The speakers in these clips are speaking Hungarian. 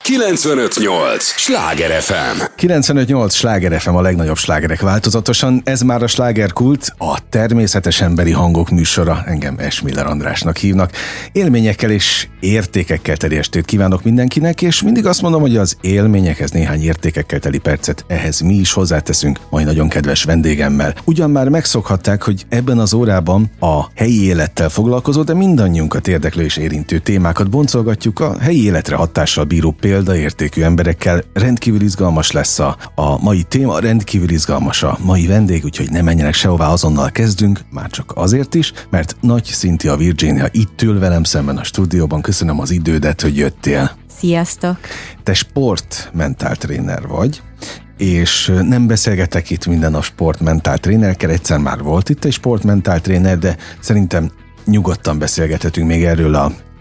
95.8 Sláger FM. 95.8 Sláger FM, a legnagyobb slágerek változatosan. Ez már a slágerkult, a természetes emberi hangok műsora. Engem S. Miller Andrásnak hívnak. Élményekkel és értékekkel teli estét kívánok mindenkinek, és mindig azt mondom, hogy az élményekhez néhány értékekkel teli percet ehhez mi is hozzáteszünk mai nagyon kedves vendégemmel. Ugyan már megszokhatták, hogy ebben az órában a helyi élettel foglalkozó, de mindannyiunkat érdeklő és érintő témákat boncolgatjuk a helyi életre hatással bíró példaértékű emberekkel. Rendkívül izgalmas lesz a mai téma, rendkívül izgalmas a mai vendég, úgyhogy ne menjenek sehová, azonnal kezdünk, már csak azért is, mert Nagy Cynthia Virginia itt ül velem szemben a stúdióban. Köszönöm az idődet, hogy jöttél. Sziasztok! Te sportmentáltréner vagy, és nem beszélgetek itt minden a sportmentáltrénerekkel, egyszer már volt itt egy sportmentáltréner, de szerintem nyugodtan beszélgethetünk még erről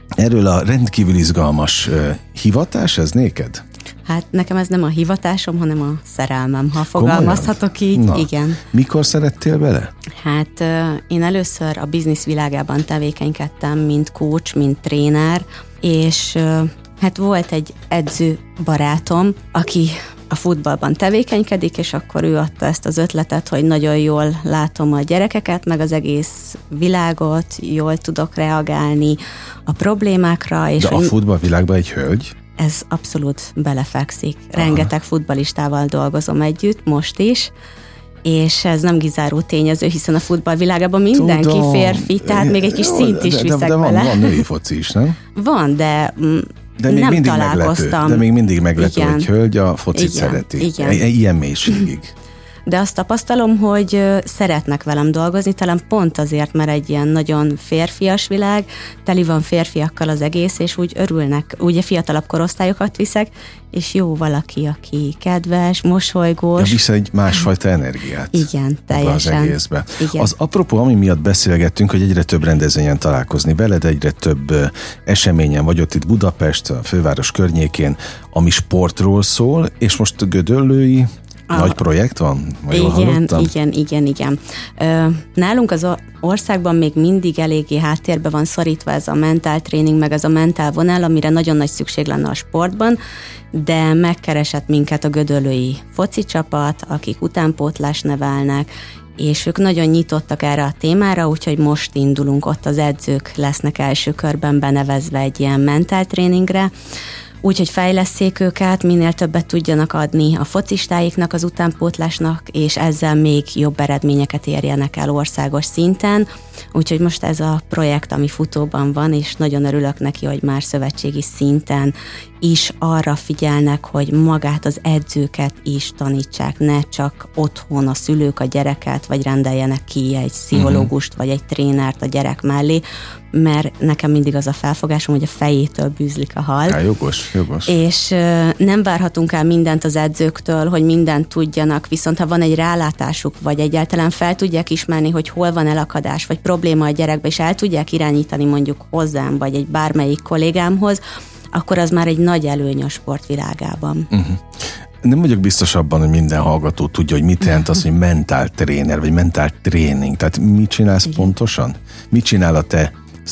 a rendkívül izgalmas hivatás, ez néked? Hát nekem ez nem a hivatásom, hanem a szerelmem, ha fogalmazhatok így. Na, igen. Mikor szerettél bele? Hát én először a biznisz világában tevékenykedtem, mint coach, mint tréner, és hát volt egy edző barátom, aki a futballban tevékenykedik, és akkor ő adta ezt az ötletet, hogy nagyon jól látom a gyerekeket, meg az egész világot, jól tudok reagálni a problémákra. És de a futballvilágban egy hölgy? Ez abszolút belefekszik. Rengeteg futballistával dolgozom együtt, most is, és ez nem kizáró tényező, hiszen a futballvilágában mindenki férfi, tehát még egy kis szint is viszek de bele. Van női foci is, nem? Van, de még nem mindig találkoztam. Meglepő, de még mindig meglepő, hogy hölgy a focit igen, szereti. Igen. Ilyen mélységig. De azt tapasztalom, hogy szeretnek velem dolgozni, talán pont azért, mert egy ilyen nagyon férfias világ, teli van férfiakkal az egész, és úgy örülnek, ugye fiatalabb korosztályokat viszek, és jó valaki, aki kedves, mosolygós. Ja, visz egy másfajta energiát. Igen, teljesen. Az egészbe. Igen. Az apropó, ami miatt beszélgettünk, hogy egyre több rendezvényen találkozni veled, egyre több eseményen vagy ott itt Budapest, a főváros környékén, ami sportról szól, és most gödöllői nagy projekt van? Igen. Nálunk az országban még mindig eléggé háttérbe van szorítva ez a mentál tréning, meg ez a mentál vonal, amire nagyon nagy szükség lenne a sportban, de megkeresett minket a gödöllői foci csapat, akik utánpótlást nevelnek, és ők nagyon nyitottak erre a témára, úgyhogy most indulunk, ott az edzők lesznek első körben benevezve egy ilyen mentál tréningre, úgyhogy fejlesszék őket, minél többet tudjanak adni a focistáiknak, az utánpótlásnak, és ezzel még jobb eredményeket érjenek el országos szinten. Úgyhogy most ez a projekt, ami futóban van, és nagyon örülök neki, hogy már szövetségi szinten is arra figyelnek, hogy magát az edzőket is tanítsák, ne csak otthon a szülők a gyereket, vagy rendeljenek ki egy pszichológust, vagy egy trénert a gyerek mellé, mert nekem mindig az a felfogásom, hogy a fejétől bűzlik a hal. Há, jogos. És nem várhatunk el mindent az edzőktől, hogy mindent tudjanak, viszont ha van egy rálátásuk, vagy egyáltalán fel tudják ismerni, hogy hol van elakadás, vagy probléma a gyerekbe, és el tudják irányítani mondjuk hozzám, vagy egy bármelyik kollégámhoz, akkor az már egy nagy előny a sportvilágában. Nem vagyok biztos abban, hogy minden hallgató tudja, hogy mit jelent az, hogy mentál tréner, vagy mentál tréning. Tehát mit csinálsz pontosan? Mit csinál a te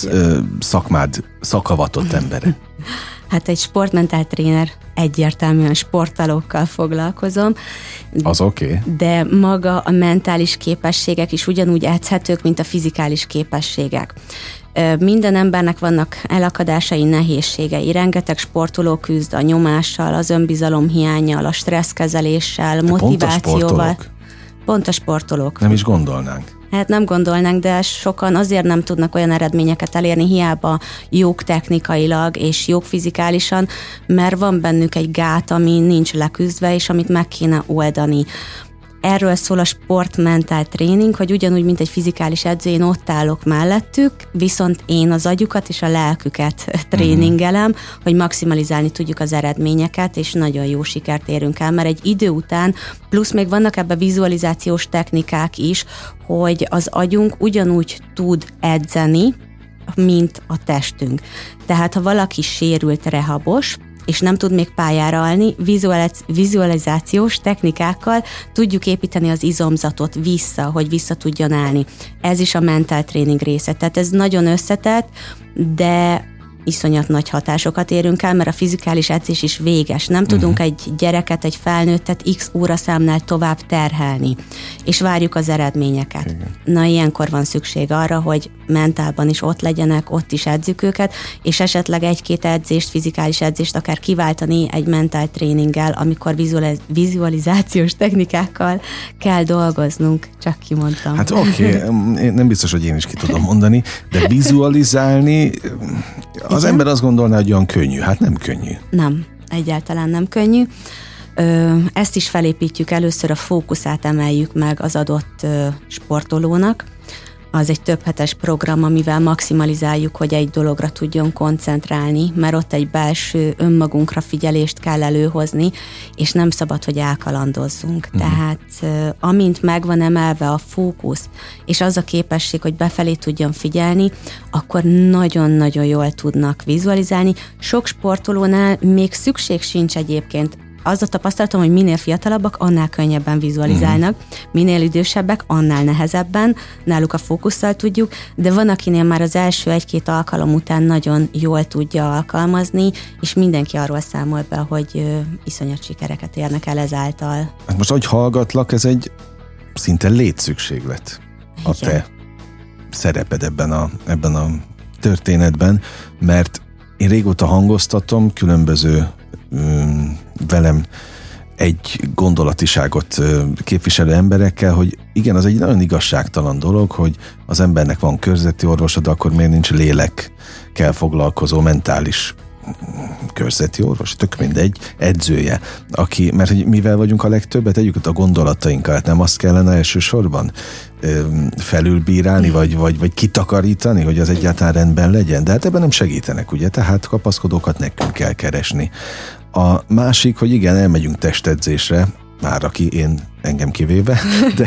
szakmád szakavatott embere? Hát egy sportmentál tréner, egyértelműen sportolókkal foglalkozom. Az oké. De maga a mentális képességek is ugyanúgy edzhetők, mint a fizikális képességek. Minden embernek vannak elakadásai, nehézségei. Rengeteg sportoló küzd a nyomással, az önbizalom hiánnyal, a stresszkezeléssel, motivációval. Pont a sportolók. Nem is gondolnánk. Hát nem gondolnánk, de sokan azért nem tudnak olyan eredményeket elérni, hiába jók technikailag és jók fizikálisan, mert van bennük egy gát, ami nincs leküzdve, és amit meg kéne oldani. Erről szól a sportmentál tréning, hogy ugyanúgy, mint egy fizikális edző, én ott állok mellettük, viszont én az agyukat és a lelküket tréningelem, hogy maximalizálni tudjuk az eredményeket, és nagyon jó sikert érünk el, mert egy idő után, plusz még vannak ebbe vizualizációs technikák is, hogy az agyunk ugyanúgy tud edzeni, mint a testünk. Tehát, ha valaki sérült, rehabos, és nem tud még pályára állni, vizualizációs technikákkal tudjuk építeni az izomzatot vissza, hogy vissza tudjon állni. Ez is a mentál tréning része. Tehát ez nagyon összetett, de iszonyat nagy hatásokat érünk el, mert a fizikális edzés is véges. Nem tudunk egy gyereket, egy felnőttet x óraszámnál tovább terhelni, és várjuk az eredményeket. Igen. Na, ilyenkor van szükség arra, hogy mentálban is ott legyenek, ott is edzük őket, és esetleg egy-két edzést, fizikális edzést akár kiváltani egy mentál tréninggel, amikor vizualizációs technikákkal kell dolgoznunk, csak kimondtam. Hát oké, nem biztos, hogy én is ki tudom mondani, de vizualizálni, az igen? Ember azt gondolná, hogy olyan könnyű. Hát nem könnyű. Nem, egyáltalán nem könnyű. Ezt is felépítjük, először a fókuszát emeljük meg az adott sportolónak. Az egy több hetes program, amivel maximalizáljuk, hogy egy dologra tudjon koncentrálni, mert ott egy belső önmagunkra figyelést kell előhozni, és nem szabad, hogy elkalandozzunk. Tehát amint megvan emelve a fókusz, és az a képesség, hogy befelé tudjon figyelni, akkor nagyon-nagyon jól tudnak vizualizálni. Sok sportolónál még szükség sincs egyébként. Az a tapasztalatom, hogy minél fiatalabbak, annál könnyebben vizualizálnak, minél idősebbek, annál nehezebben, náluk a fókusszal tudjuk, de van, akinél már az első egy-két alkalom után nagyon jól tudja alkalmazni, és mindenki arról számol be, hogy iszonyat sikereket érnek el ezáltal. Most, ahogy hallgatlak, ez egy szinte létszükséglet a te szereped ebben a történetben, mert én régóta hangoztatom különböző velem egy gondolatiságot képviselő emberekkel, hogy igen, az egy nagyon igazságtalan dolog, hogy az embernek van körzeti orvosa, de akkor miért nincs lélekkel foglalkozó mentális körzeti orvos, tök mindegy, edzője, aki, mert hogy mivel vagyunk a legtöbbet, tegyük a gondolatainkkal, hát nem azt kellene elsősorban felülbírálni, vagy kitakarítani, hogy az egyáltalán rendben legyen, de hát ebben nem segítenek, ugye, tehát kapaszkodókat nekünk kell keresni. A másik, hogy igen, elmegyünk testedzésre, már engem kivéve,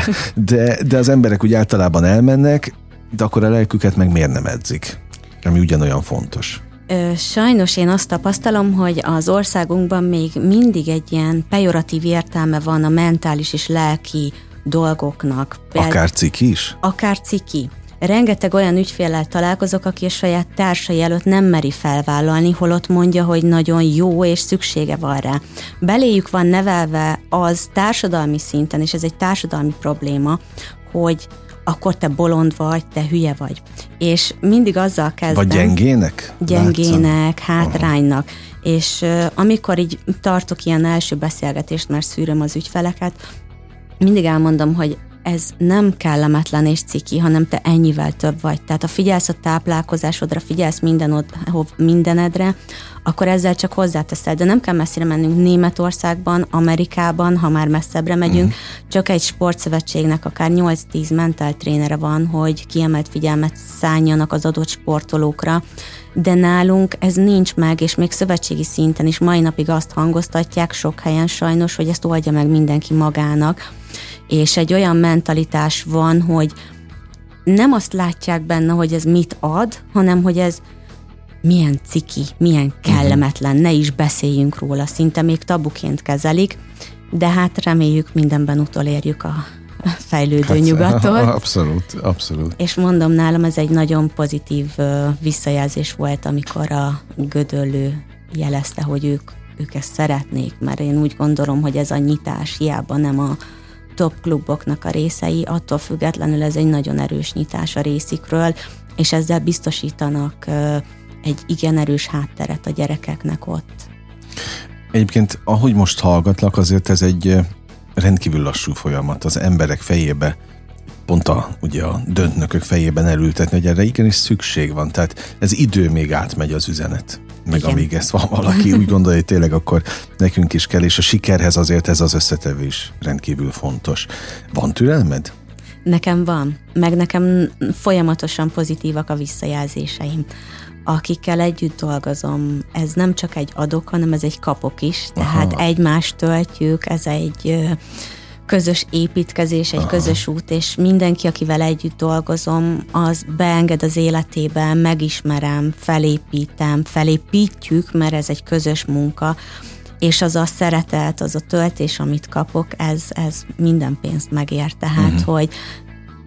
de az emberek úgy általában elmennek, de akkor a lelküket meg miért nem edzik? Ami ugyanolyan fontos. Sajnos én azt tapasztalom, hogy az országunkban még mindig egy ilyen pejoratív értelme van a mentális és lelki dolgoknak. Akár ciki is? Akár ciki. Rengeteg olyan ügyféllel találkozok, aki a saját társai előtt nem meri felvállalni, holott mondja, hogy nagyon jó és szüksége van rá. Beléjük van nevelve az társadalmi szinten, és ez egy társadalmi probléma, hogy akkor te bolond vagy, te hülye vagy. És mindig azzal kezdem... Vagy gyengének? Gyengének, hátránynak. És amikor így tartok ilyen első beszélgetést, mert szűröm az ügyfeleket, mindig elmondom, hogy ez nem kellemetlen és ciki, hanem te ennyivel több vagy. Tehát ha figyelsz a táplálkozásodra, figyelsz mindenedre, akkor ezzel csak hozzáteszel. De nem kell messzire mennünk. Németországban, Amerikában, ha már messzebbre megyünk, csak egy sportszövetségnek akár 8-10 mentál trénere van, hogy kiemelt figyelmet szálljanak az adott sportolókra, de nálunk ez nincs meg, és még szövetségi szinten is mai napig azt hangoztatják sok helyen sajnos, hogy ezt oldja meg mindenki magának, és egy olyan mentalitás van, hogy nem azt látják benne, hogy ez mit ad, hanem hogy ez milyen ciki, milyen kellemetlen, ne is beszéljünk róla, szinte még tabuként kezelik, de hát reméljük mindenben utolérjük a fejlődő nyugatot. Abszolút. És mondom, nálam ez egy nagyon pozitív visszajelzés volt, amikor a Gödöllő jelezte, hogy ők ezt szeretnék, mert én úgy gondolom, hogy ez a nyitás hiába nem a top kluboknak a részei, attól függetlenül ez egy nagyon erős nyitás a részükről, és ezzel biztosítanak egy igen erős hátteret a gyerekeknek ott. Egyébként, ahogy most hallgatlak, azért ez egy rendkívül lassú folyamat az emberek fejébe, pont ugye a döntnökök fejében elültetni, hogy erre igenis szükség van, tehát ez idő még átmegy az üzenet. Meg igen. Amíg ezt valaki úgy gondolja, hogy tényleg akkor nekünk is kell, és a sikerhez azért ez az összetevés rendkívül fontos. Van türelmed? Nekem van, meg nekem folyamatosan pozitívak a visszajelzéseim. Akikkel együtt dolgozom, ez nem csak egy adok, hanem ez egy kapok is, tehát egymást töltjük, ez egy közös építkezés, egy közös út, és mindenki, akivel együtt dolgozom, az beenged az életébe, megismerem, felépítjük, mert ez egy közös munka, és az a szeretet, az a töltés, amit kapok, ez minden pénzt megér, tehát, hogy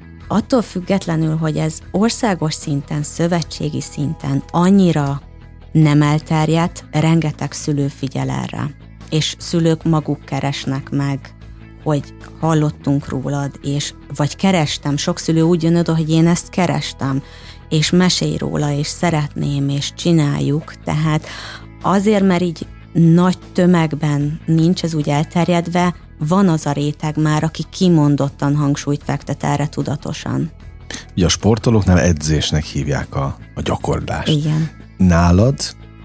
attól függetlenül, hogy ez országos szinten, szövetségi szinten annyira nem elterjedt, rengeteg szülő figyel erre. És szülők maguk keresnek meg, hogy hallottunk rólad, és vagy kerestem, sok szülő úgy jön oda, hogy én ezt kerestem, és mesélj róla, és szeretném, és csináljuk. Tehát azért, mert így nagy tömegben nincs ez úgy elterjedve, van az a réteg már, aki kimondottan hangsúlyt fektet erre tudatosan. Ugye a sportolóknál edzésnek hívják a gyakorlást. Igen. Nálad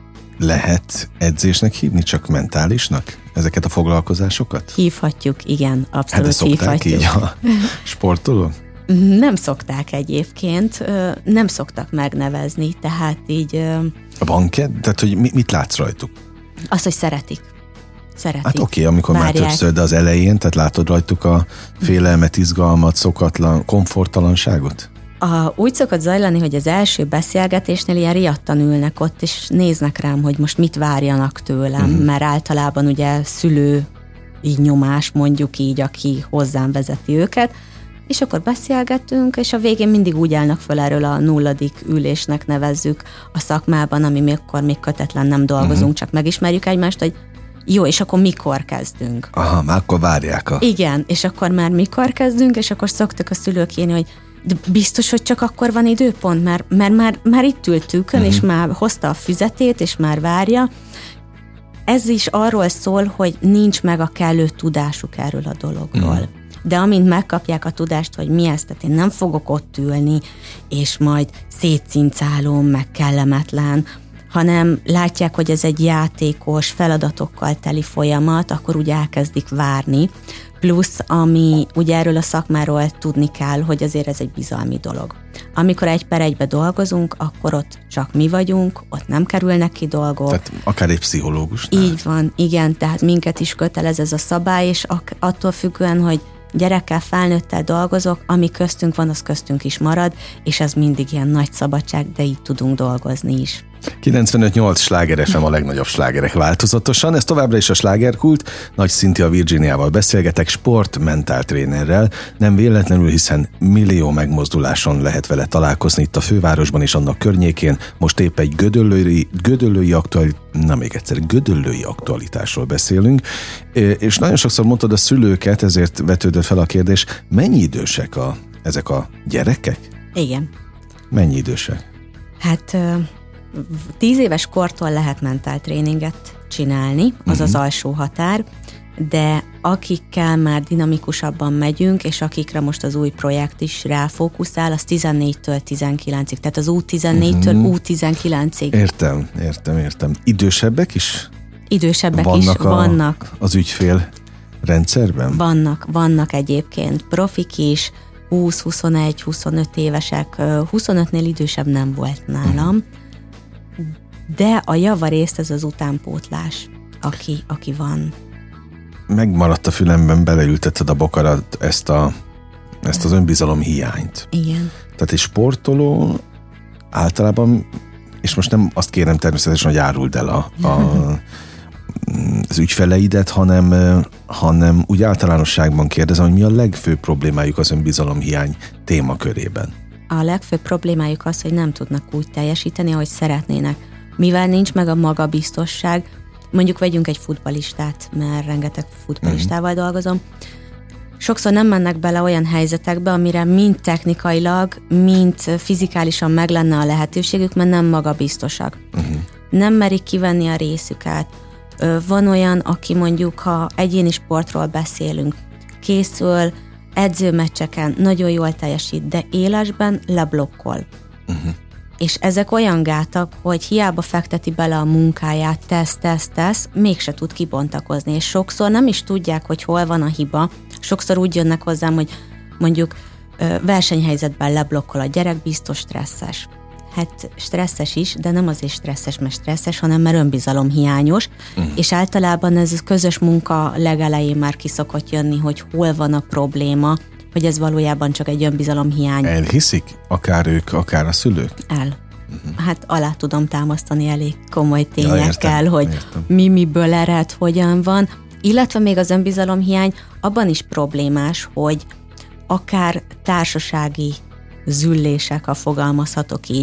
lehet edzésnek hívni, csak mentálisnak ezeket a foglalkozásokat? Hívhatjuk, igen, abszolút de szokták hívhatjuk. így a sportolók? Nem szokták egyébként, nem szoktak megnevezni, tehát így... Tehát, hogy mit látsz rajtuk? Azt, hogy szeretik. Hát oké, amikor várják. Már többször, de az elején, tehát látod rajtuk a félelmet, izgalmat, szokatlan, komforttalanságot? Úgy szokott zajlani, hogy az első beszélgetésnél ilyen riadtan ülnek ott, és néznek rám, hogy most mit várjanak tőlem, mert általában ugye szülő így nyomás, mondjuk így, aki hozzám vezeti őket, és akkor beszélgetünk, és a végén mindig úgy állnak föl, erről a 0. ülésnek nevezzük a szakmában, ami akkor még kötetlen nem dolgozunk, csak megismerjük egymást, hogy jó, és akkor mikor kezdünk? Aha, már akkor várják Igen, és akkor már mikor kezdünk, és akkor szoktak a szülők írni, hogy de biztos, hogy csak akkor van időpont, mert már itt ültük, és már hozta a füzetét, és már várja. Ez is arról szól, hogy nincs meg a kellő tudásuk erről a dologról. De amint megkapják a tudást, hogy mi ez, tehát én nem fogok ott ülni, és majd szétszincálom, meg kellemetlen, hanem látják, hogy ez egy játékos, feladatokkal teli folyamat, akkor úgy elkezdik várni. Plusz, ami ugye erről a szakmáról tudni kell, hogy azért ez egy bizalmi dolog. Amikor 1/1 dolgozunk, akkor ott csak mi vagyunk, ott nem kerülnek ki dolgok. Tehát akár egy pszichológus. Így van, igen, tehát minket is kötelez ez a szabály, és attól függően, hogy gyerekkel, felnőttel dolgozok, ami köztünk van, az köztünk is marad, és ez mindig ilyen nagy szabadság, de így tudunk dolgozni is. 95.8 Sláger FM, a legnagyobb slágerek változatosan. Ez továbbra is a Slágerkult. Nagy Cynthia Virginiával beszélgetek, sportmentáltrénerrel. Nem véletlenül, hiszen millió megmozduláson lehet vele találkozni itt a fővárosban és annak környékén. Most épp egy gödöllői aktualitásról beszélünk. És nagyon sokszor mondtad a szülőket, ezért vetődött fel a kérdés, mennyi idősek ezek a gyerekek? Igen. Mennyi idősek? Hát 10 éves kortól lehet mentáltréninget csinálni, az az alsó határ, de akikkel már dinamikusabban megyünk, és akikre most az új projekt is ráfókuszál, az 14-től 19-ig, tehát az U14-től U19-ig. Értem. Idősebbek is? Idősebbek vannak. Az ügyfél rendszerben? Vannak egyébként profik is, 20, 21, 25 évesek, 25-nél idősebb nem volt nálam, de a javarészt ez az utánpótlás, aki van. Megmaradt a fülemben, beleültetted a bokarat ezt az önbizalom hiányt. Igen. Tehát egy sportoló általában, és most nem azt kérem természetesen, hogy áruld el az ügyfeleidet, hanem úgy általánosságban kérdezem, hogy mi a legfőbb problémájuk az önbizalomhiány témakörében? A legfőbb problémájuk az, hogy nem tudnak úgy teljesíteni, ahogy szeretnének. Mivel nincs meg a magabiztosság, mondjuk vegyünk egy futballistát, mert rengeteg futballistával dolgozom, sokszor nem mennek bele olyan helyzetekbe, amire mind technikailag, mind fizikálisan meg lenne a lehetőségük, mert nem magabiztosak. Nem merik kivenni a részüket. Van olyan, aki mondjuk, ha egyéni sportról beszélünk, készül, edzőmeccseken nagyon jól teljesít, de élesben leblokkol. És ezek olyan gátak, hogy hiába fekteti bele a munkáját, tesz, mégse tud kibontakozni, és sokszor nem is tudják, hogy hol van a hiba. Sokszor úgy jönnek hozzám, hogy mondjuk versenyhelyzetben leblokkol a gyerek, biztos stresszes. Hát stresszes is, de nem azért stresszes, mert stresszes, hanem mert önbizalomhiányos, és általában ez a közös munka legelején már ki szokott jönni, hogy hol van a probléma, hogy ez valójában csak egy önbizalomhiány. Elhiszik? Akár ők, akár a szülők? Hát alá tudom támasztani elég komoly tényekkel, hogy miből ered, hogyan van, illetve még az önbizalomhiány abban is problémás, hogy akár társasági züllések, ha fogalmazhatok így,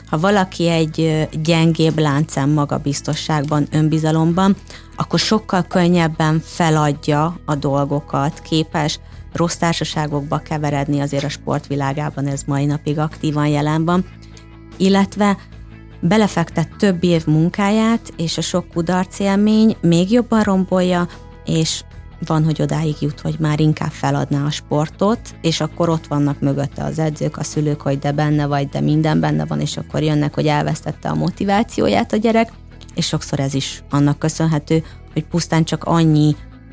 Ha valaki egy gyengébb láncem magabiztosságban, önbizalomban, akkor sokkal könnyebben feladja a dolgokat, képes rossz társaságokba keveredni, azért a sportvilágában ez mai napig aktívan jelen van, illetve belefektet több év munkáját, és a sok kudarc élmény még jobban rombolja, és van, hogy odáig jut, hogy már inkább feladná a sportot, és akkor ott vannak mögötte az edzők, a szülők, hogy de benne vagy, de minden benne van, és akkor jönnek, hogy elvesztette a motivációját a gyerek, és sokszor ez is annak köszönhető, hogy pusztán csak annyi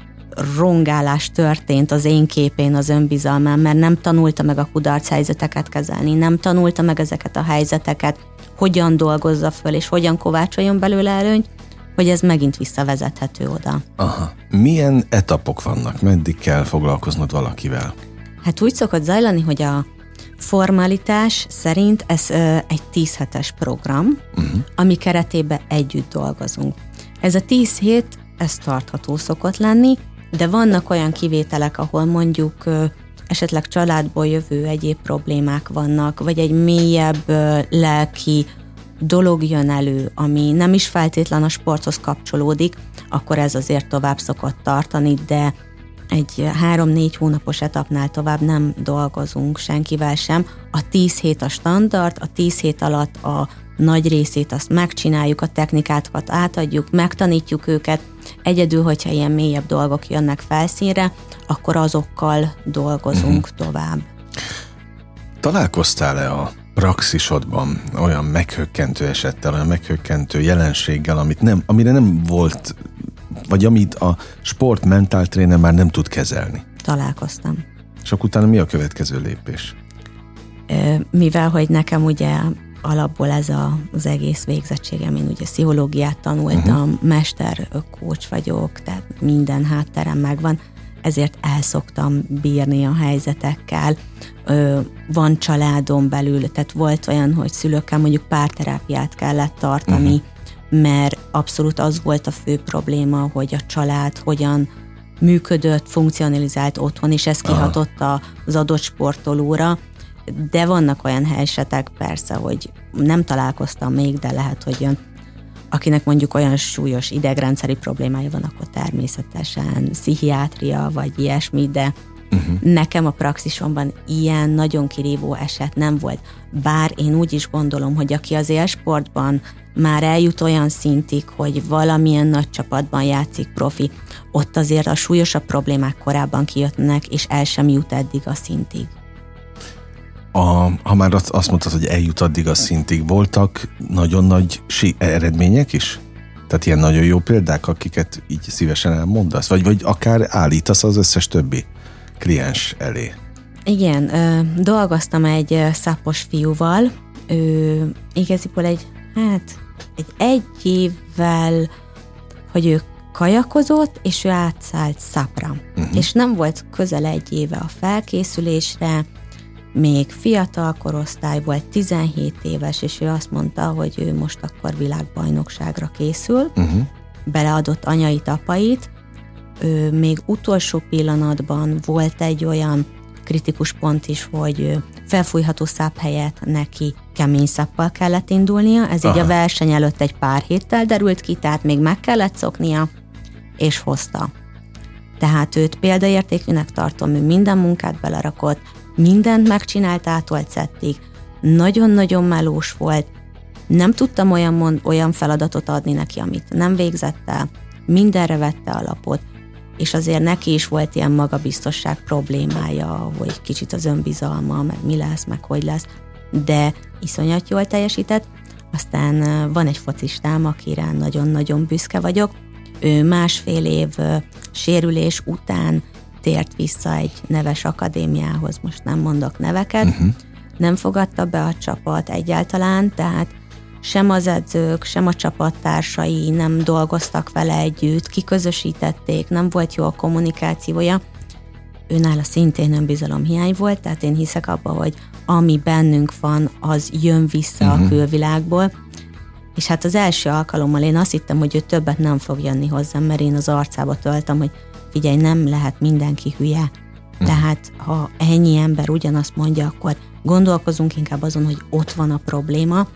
rongálás történt az én képén, az önbizalmán, mert nem tanulta meg a kudarc helyzeteket kezelni, nem tanulta meg ezeket a helyzeteket, hogyan dolgozza föl, és hogyan kovácsoljon belőle előnyt, hogy ez megint visszavezethető oda. Aha. Milyen etapok vannak? Meddig kell foglalkoznod valakivel? Hát úgy szokott zajlani, hogy a formalitás szerint ez egy 10 hetes program, ami keretében együtt dolgozunk. Ez a 10 hét, ez tartható szokott lenni, de vannak olyan kivételek, ahol mondjuk esetleg családból jövő egyéb problémák vannak, vagy egy mélyebb lelki dolog jön elő, ami nem is feltétlen a sporthoz kapcsolódik, akkor ez azért tovább szokott tartani, de egy 3-4 hónapos etapnál tovább nem dolgozunk senkivel sem. A 10 hét a standard, a 10 hét alatt a nagy részét azt megcsináljuk, a technikákat átadjuk, megtanítjuk őket. Egyedül, hogyha ilyen mélyebb dolgok jönnek felszínre, akkor azokkal dolgozunk tovább. Találkoztál-e a praxisodban olyan meghökkentő esettel, olyan meghökkentő jelenséggel, amire nem volt, vagy amit a sport mentál tréner már nem tud kezelni? Találkoztam. És akkor utána mi a következő lépés? Mivel, hogy nekem ugye alapból ez az egész végzettségem, én ugye pszichológiát tanultam, mester coach vagyok, tehát minden hátterem megvan, ezért el szoktam bírni a helyzetekkel. Van családon belül, tehát volt olyan, hogy szülőkkel mondjuk párterápiát kellett tartani, mert abszolút az volt a fő probléma, hogy a család hogyan működött, funkcionalizált otthon, és ez kihatott az adott sportolóra, de vannak olyan helyzetek persze, hogy nem találkoztam még, de lehet, hogy jön. Akinek mondjuk olyan súlyos idegrendszeri problémája van, akkor természetesen pszichiátria, vagy ilyesmi, de nekem a praxisomban ilyen nagyon kirívó eset nem volt. Bár én úgy is gondolom, hogy aki az élsportban már eljut olyan szintig, hogy valamilyen nagy csapatban játszik profi, ott azért a súlyosabb problémák korábban kijöttnek, és el sem jut eddig a szintig. Ha már azt mondtad, hogy eljut addig a szintig, voltak nagyon nagy eredmények is? Tehát ilyen nagyon jó példák, akiket így szívesen elmondasz? Vagy akár állítasz az összes többi kliens elé? Igen, dolgoztam egy szapos fiúval, igaziból egy évvel, hogy ő kajakozott, és ő átszállt szapra. És nem volt közel egy éve a felkészülésre, még fiatal korosztály volt, 17 éves, és ő azt mondta, hogy ő most akkor világbajnokságra készül, beleadott anyait, apait, ő még utolsó pillanatban volt egy olyan kritikus pont is, hogy felfújható száp helyett neki kemény szappal kellett indulnia, ez így a verseny előtt egy pár héttel derült ki, tehát még meg kellett szoknia, és hozta. Tehát őt példaértékűnek tartom, ő minden munkát belerakott, mindent megcsinált átolt szettig, nagyon-nagyon melós volt, nem tudtam olyan feladatot adni neki, amit nem végzett el, mindenre vette alapot, és azért neki is volt ilyen magabiztosság problémája, hogy kicsit az önbizalma, meg mi lesz, meg hogy lesz, de iszonyat jól teljesített. Aztán van egy focistám, akire nagyon-nagyon büszke vagyok, ő 1,5 év sérülés után tért vissza egy neves akadémiához, most nem mondok neveket, nem fogadta be a csapat egyáltalán, tehát sem az edzők, sem a csapattársai nem dolgoztak vele együtt, kiközösítették, nem volt jó a kommunikációja. Őnála szintén önbizalomhiány volt, tehát én hiszek abba, hogy ami bennünk van, az jön vissza a külvilágból. És hát az első alkalommal én azt hittem, hogy ő többet nem fog jönni hozzám, mert én az arcába töltem, hogy figyelj, nem lehet mindenki hülye. Tehát ha ennyi ember ugyanazt mondja, akkor gondolkozunk inkább azon, hogy ott van a probléma,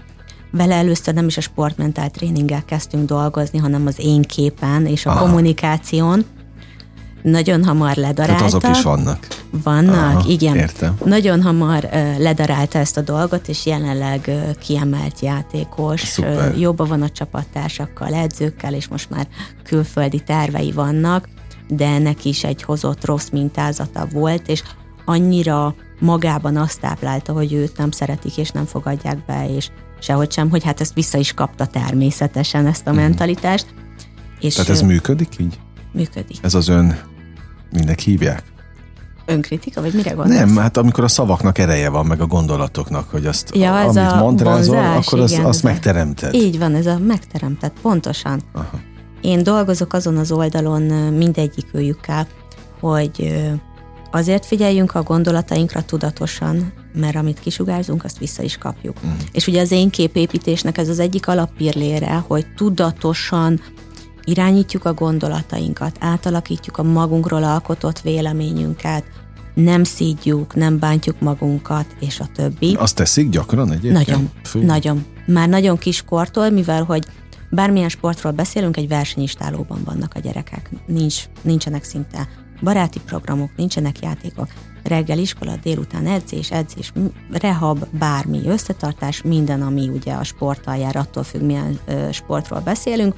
vele először nem is a sportmentál tréninggel kezdtünk dolgozni, hanem az én képen és a kommunikáción. Nagyon hamar ledarálta. Tehát azok is vannak. Vannak, igen. Értem. Nagyon hamar ledarálta ezt a dolgot, és jelenleg kiemelt játékos. Szuper. Jobban van a csapattársakkal, edzőkkel, és most már külföldi tervei vannak, de neki is egy hozott rossz mintázata volt, és annyira magában azt táplálta, hogy őt nem szeretik, és nem fogadják be, és sehogy sem, hogy hát ezt vissza is kapta természetesen, ezt a mentalitást. És tehát ez működik így? Működik. Ez az minek hívják? Önkritika, vagy mire gondolsz? Nem, hát amikor a szavaknak ereje van, meg a gondolatoknak, hogy azt, ez amit mondrázol, akkor igen, azt megteremted. Így van, ez a megteremtett, pontosan. Aha. Én dolgozok azon az oldalon mindegyikőjükkel, hogy azért figyeljünk a gondolatainkra tudatosan, mert amit kisugárzunk, azt vissza is kapjuk. És ugye az én képépítésnek ez az egyik alappillére, hogy tudatosan irányítjuk a gondolatainkat, átalakítjuk a magunkról alkotott véleményünket, nem szídjuk, nem bántjuk magunkat, és a többi. Azt teszik gyakran egyébként? Nagyon. Már nagyon kiskortól, mivel hogy bármilyen sportról beszélünk, egy versenyistálóban vannak a gyerekek. Nincsenek szinte baráti programok, nincsenek játékok. Reggel iskola, délután edzés, rehab, bármi összetartás, minden, ami ugye a sporttal jár, attól függ, milyen sportról beszélünk,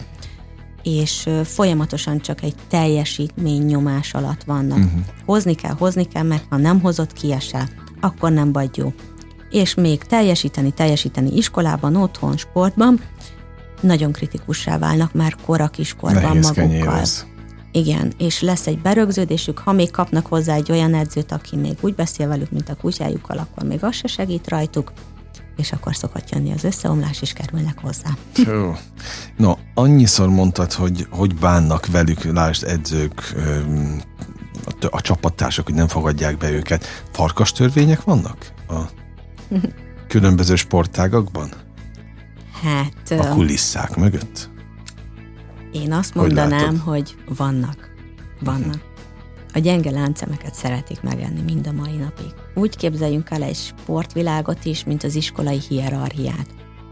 és folyamatosan csak egy teljesítmény nyomás alatt vannak. Hozni kell, mert ha nem hozott, kiesel, akkor nem vagy jó. És még teljesíteni iskolában, otthon, sportban, nagyon kritikussá válnak már kiskorban magukkal. Igen, és lesz egy berögződésük, ha még kapnak hozzá egy olyan edzőt, aki még úgy beszél velük, mint a kutyájukkal, akkor még az se segít rajtuk, és akkor szokott jönni az összeomlás, és kerülnek hozzá. No, annyiszor mondtad, hogy bánnak velük, lásd edzők, a csapattársak, hogy nem fogadják be őket. Farkas törvények vannak a különböző sportágakban? Hát... A kulisszák mögött? Én azt mondanám, hogy vannak. A gyenge láncszemeket szeretik megenni mind a mai napig. Úgy képzeljünk el egy sportvilágot is, mint az iskolai hierarchiát.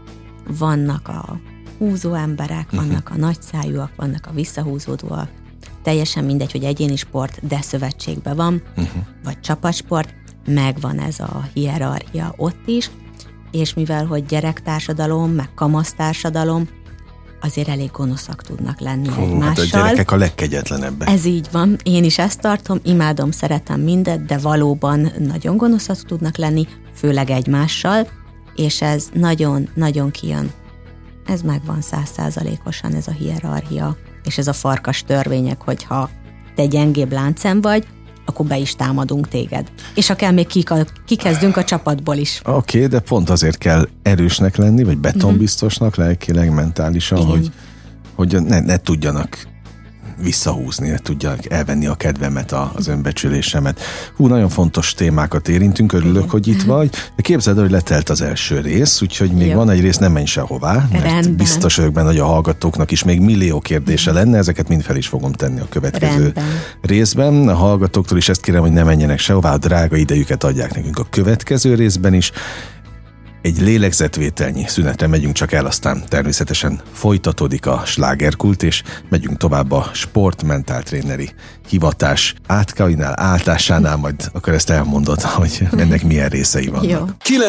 Vannak a húzó emberek, vannak a nagyszájúak, vannak a visszahúzódóak. Teljesen mindegy, hogy egyéni sport, de szövetségben van, vagy csapatsport, megvan ez a hierarchia ott is, és mivel, hogy gyerektársadalom, meg kamasztársadalom, azért elég gonoszak tudnak lenni egymással. Hát a gyerekek a legkegyetlenebbek. Ez így van. Én is ezt tartom, imádom, szeretem mindet, de valóban nagyon gonoszak tudnak lenni, főleg egymással, és ez nagyon-nagyon kijön. Ez megvan 100%-osan, ez a hierarchia, és ez a farkas törvények, hogyha te gyengébb láncem vagy, akkor be is támadunk téged. És ha kell, még kikezdünk a csapatból is. Oké, de pont azért kell erősnek lenni, vagy betonbiztosnak, lelkileg, mentálisan, hogy ne tudjanak visszahúzni, ne tudjanak elvenni a kedvemet, az önbecsülésemet. Nagyon fontos témákat érintünk, örülök, hogy itt vagy. De képzeld, hogy letelt az első rész, úgyhogy még van egy rész, nem menj sehová, mert biztos vagyok benne, hogy a hallgatóknak is még millió kérdése lenne, ezeket mind fel is fogom tenni a következő részben. A hallgatóktól is ezt kérem, hogy ne menjenek sehová, a drága idejüket adják nekünk a következő részben is. Egy lélegzetvételnyi szünetre megyünk csak el, aztán természetesen folytatódik a slágerkult, és megyünk tovább a sportmentáltréneri hivatás átkainál, majd akkor ezt elmondod, hogy ennek milyen részei vannak. Jó.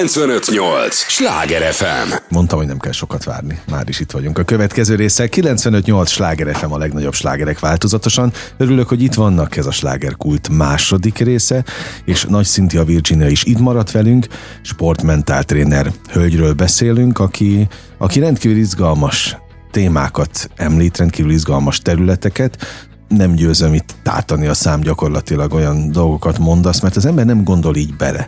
95.8 Sláger FM. Mondtam, hogy nem kell sokat várni, már is itt vagyunk a következő résszel. 95.8 Sláger FM, a legnagyobb slágerek változatosan. Örülök, hogy itt vannak, ez a slágerkult második része, és Nagy Cynthia Virginia is itt maradt velünk, sportmentáltréner hölgyről beszélünk, aki rendkívül izgalmas témákat említ, rendkívül izgalmas területeket. Nem győzöm itt tátani a szám, gyakorlatilag olyan dolgokat mondasz, mert az ember nem gondol így bele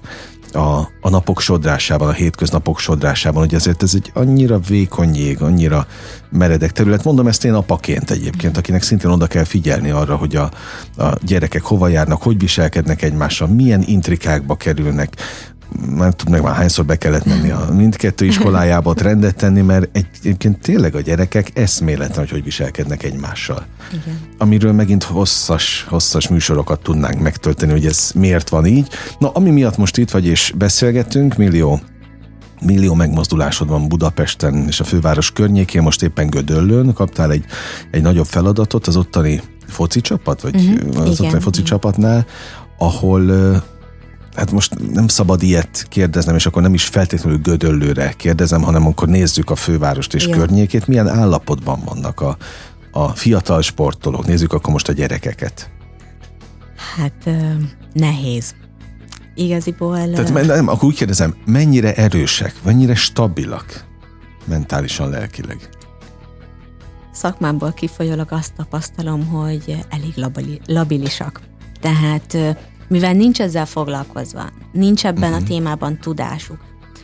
a napok sodrásában, a hétköznapok sodrásában, hogy ezért ez egy annyira vékony jég, annyira meredek terület. Mondom ezt én apaként egyébként, akinek szintén oda kell figyelni arra, hogy a gyerekek hova járnak, hogy viselkednek egymással, milyen intrikákba kerülnek. Már tudom meg, már hányszor be kellett menni a mindkettő iskolájába ott rendet tenni, mert egyébként tényleg a gyerekek eszméletlen, hogy viselkednek egymással. Igen. Amiről megint hosszas műsorokat tudnánk megtölteni, hogy ez miért van így. Na, ami miatt most itt vagy és beszélgetünk, millió millió megmozdulásod van Budapesten és a főváros környékén, most éppen Gödöllőn kaptál egy nagyobb feladatot az ottani foci csapat, vagy az ottani foci csapatnál, ahol hát most nem szabad ilyet kérdeznem, és akkor nem is feltétlenül Gödöllőre kérdezem, hanem akkor nézzük a fővárost és környékét, milyen állapotban vannak a fiatal sportolók. Nézzük akkor most a gyerekeket. Hát nehéz. Igaziból... Tehát nem, akkor úgy kérdezem, mennyire erősek, mennyire stabilak mentálisan, lelkileg? Szakmámból kifolyólag azt tapasztalom, hogy elég labilisak. Tehát mivel nincs ezzel foglalkozva, nincs ebben a témában tudásuk,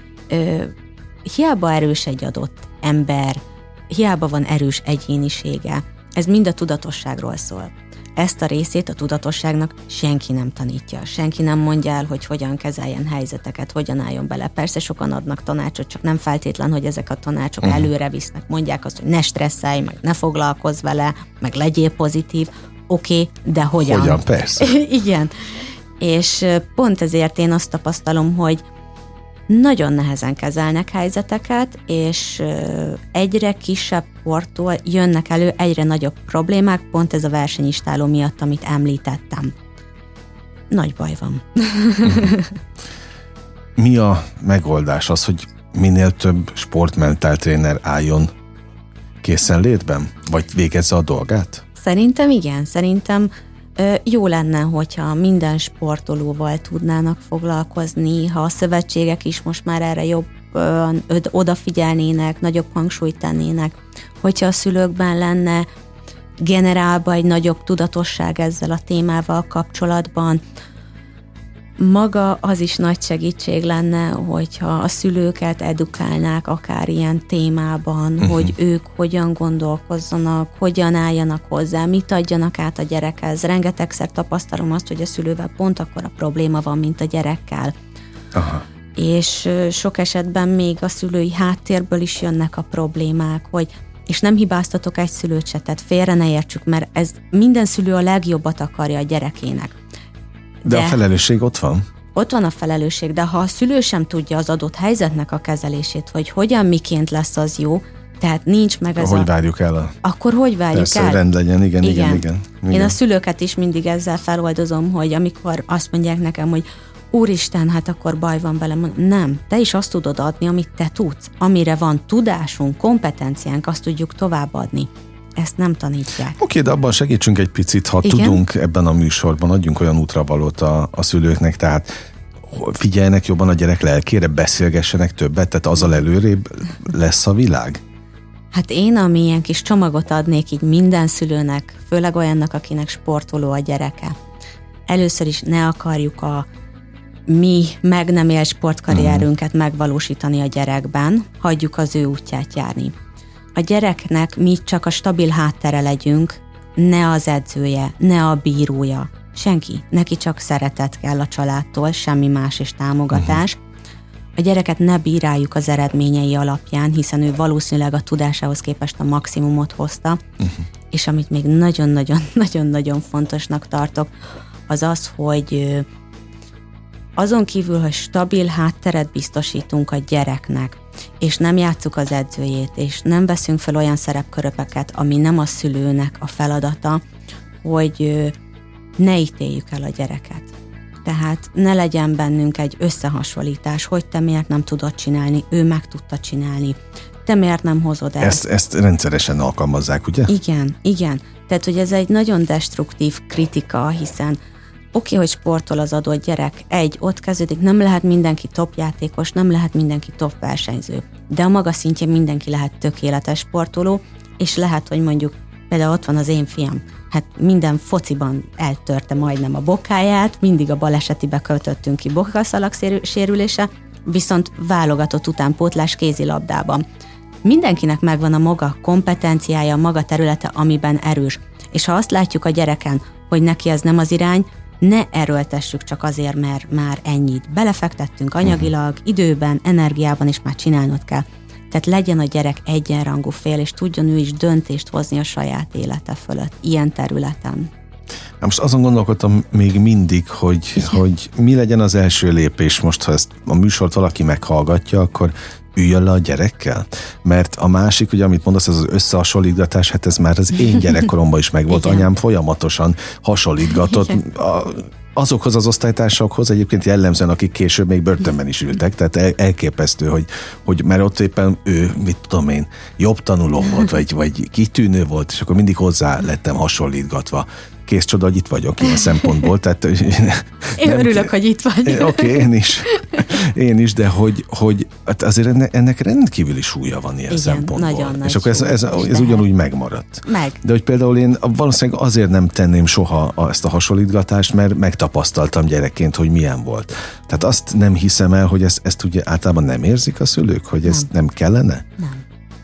hiába erős egy adott ember, hiába van erős egyénisége, ez mind a tudatosságról szól. Ezt a részét a tudatosságnak senki nem tanítja, senki nem mondja el, hogy hogyan kezeljen helyzeteket, hogyan álljon bele. Persze sokan adnak tanácsot, csak nem feltétlen, hogy ezek a tanácsok előre visznek. Mondják azt, hogy ne stresszelj, meg ne foglalkozz vele, meg legyél pozitív. Oké, de hogyan? Hogyan, persze. Igen. És pont ezért én azt tapasztalom, hogy nagyon nehezen kezelnek helyzeteket, és egyre kisebb kortól jönnek elő egyre nagyobb problémák, pont ez a versenyistáló miatt, amit említettem. Nagy baj van. Mi a megoldás? Az, hogy minél több sportmentáltréner álljon készenlétben? Vagy végezze a dolgát? Szerintem igen, szerintem jó lenne, hogyha minden sportolóval tudnának foglalkozni, ha a szövetségek is most már erre jobban odafigyelnének, nagyobb hangsúlyt tennének, hogyha a szülőkben lenne generálva egy nagyobb tudatosság ezzel a témával kapcsolatban. Maga az is nagy segítség lenne, hogyha a szülőket edukálnák akár ilyen témában, hogy ők hogyan gondolkozzanak, hogyan álljanak hozzá, mit adjanak át a gyerekhez. Rengetegszer tapasztalom azt, hogy a szülővel pont akkora probléma van, mint a gyerekkel. Aha. És sok esetben még a szülői háttérből is jönnek a problémák, és nem hibáztatok egy szülőt se, tehát félre ne értsük, mert ez minden szülő a legjobbat akarja a gyerekének. De a felelősség ott van? Ott van a felelősség, de ha a szülő sem tudja az adott helyzetnek a kezelését, hogy hogyan, miként lesz az jó, tehát nincs meg ez hogy várjuk el? Akkor hogy várjuk persze, el? Persze, rend legyen, igen. Én a szülőket is mindig ezzel feloldozom, hogy amikor azt mondják nekem, hogy úristen, hát akkor baj van velem. Nem, te is azt tudod adni, amit te tudsz. Amire van tudásunk, kompetenciánk, azt tudjuk továbbadni. Ezt nem tanítják. Oké, de abban segítsünk egy picit, ha tudunk ebben a műsorban, adjunk olyan útravalót a szülőknek, tehát figyeljenek jobban a gyerek lelkére, beszélgessenek többet, tehát azzal előrébb lesz a világ? Hát én, ami ilyen kis csomagot adnék így minden szülőnek, főleg olyannak, akinek sportoló a gyereke. Először is ne akarjuk a mi meg nem élt sportkarrierünket megvalósítani a gyerekben, hagyjuk az ő útját járni. A gyereknek mi csak a stabil háttere legyünk, ne az edzője, ne a bírója. Senki. Neki csak szeretet kell a családtól, semmi más és támogatás. A gyereket ne bíráljuk az eredményei alapján, hiszen ő valószínűleg a tudásához képest a maximumot hozta, és amit még nagyon-nagyon fontosnak tartok, az az, hogy azon kívül, hogy stabil hátteret biztosítunk a gyereknek, és nem játsszuk az edzőjét, és nem veszünk fel olyan szerepköröpeket, ami nem a szülőnek a feladata, hogy ne ítéljük el a gyereket. Tehát ne legyen bennünk egy összehasonlítás, hogy te miért nem tudod csinálni, ő meg tudta csinálni. Te miért nem hozod el? Ezt rendszeresen alkalmazzák, ugye? Igen. Tehát, hogy ez egy nagyon destruktív kritika, hiszen oké, hogy sportol az adott gyerek, ott kezdődik, nem lehet mindenki top játékos, nem lehet mindenki top versenyző, de a maga szintjén mindenki lehet tökéletes sportoló, és lehet, hogy mondjuk például ott van az én fiam, hát minden fociban eltörte majdnem a bokáját, mindig a balesetibe költöttünk ki bokaszalag sérülése, viszont válogatott utánpótlás kézilabdában. Mindenkinek megvan a maga kompetenciája, a maga területe, amiben erős. És ha azt látjuk a gyereken, hogy neki ez nem az irány, ne erőltessük csak azért, mert már ennyit belefektettünk anyagilag, időben, energiában, és már csinálnod kell. Tehát legyen a gyerek egyenrangú fél, és tudjon ő is döntést hozni a saját élete fölött, ilyen területen. Most azon gondolkodtam még mindig, hogy mi legyen az első lépés most, ha ezt a műsort valaki meghallgatja, akkor üljön le a gyerekkel? Mert a másik, ugye, amit mondasz, az összehasonlítgatás, hát ez már az én gyerekkoromban is megvolt. Anyám folyamatosan hasonlítgatott azokhoz az osztálytársakhoz, egyébként jellemzően, akik később még börtönben is ültek, tehát elképesztő, hogy mert ott éppen ő, mit tudom én, jobb tanuló volt, vagy kitűnő volt, és akkor mindig hozzá lettem hasonlítgatva. Kész csoda, hogy itt vagyok ilyen szempontból. Tehát, én örülök, hogy itt vagy. Oké, én is, de hogy hát azért ennek rendkívüli súlya van ilyen szempontból. Nagyon nagy. És akkor ez ugyanúgy megmaradt. De hogy például én valószínűleg azért nem tenném soha ezt a hasonlítgatást, mert megtapasztaltam gyerekként, hogy milyen volt. Tehát azt nem hiszem el, hogy ezt ugye általában nem érzik a szülők, hogy ez nem kellene? Nem.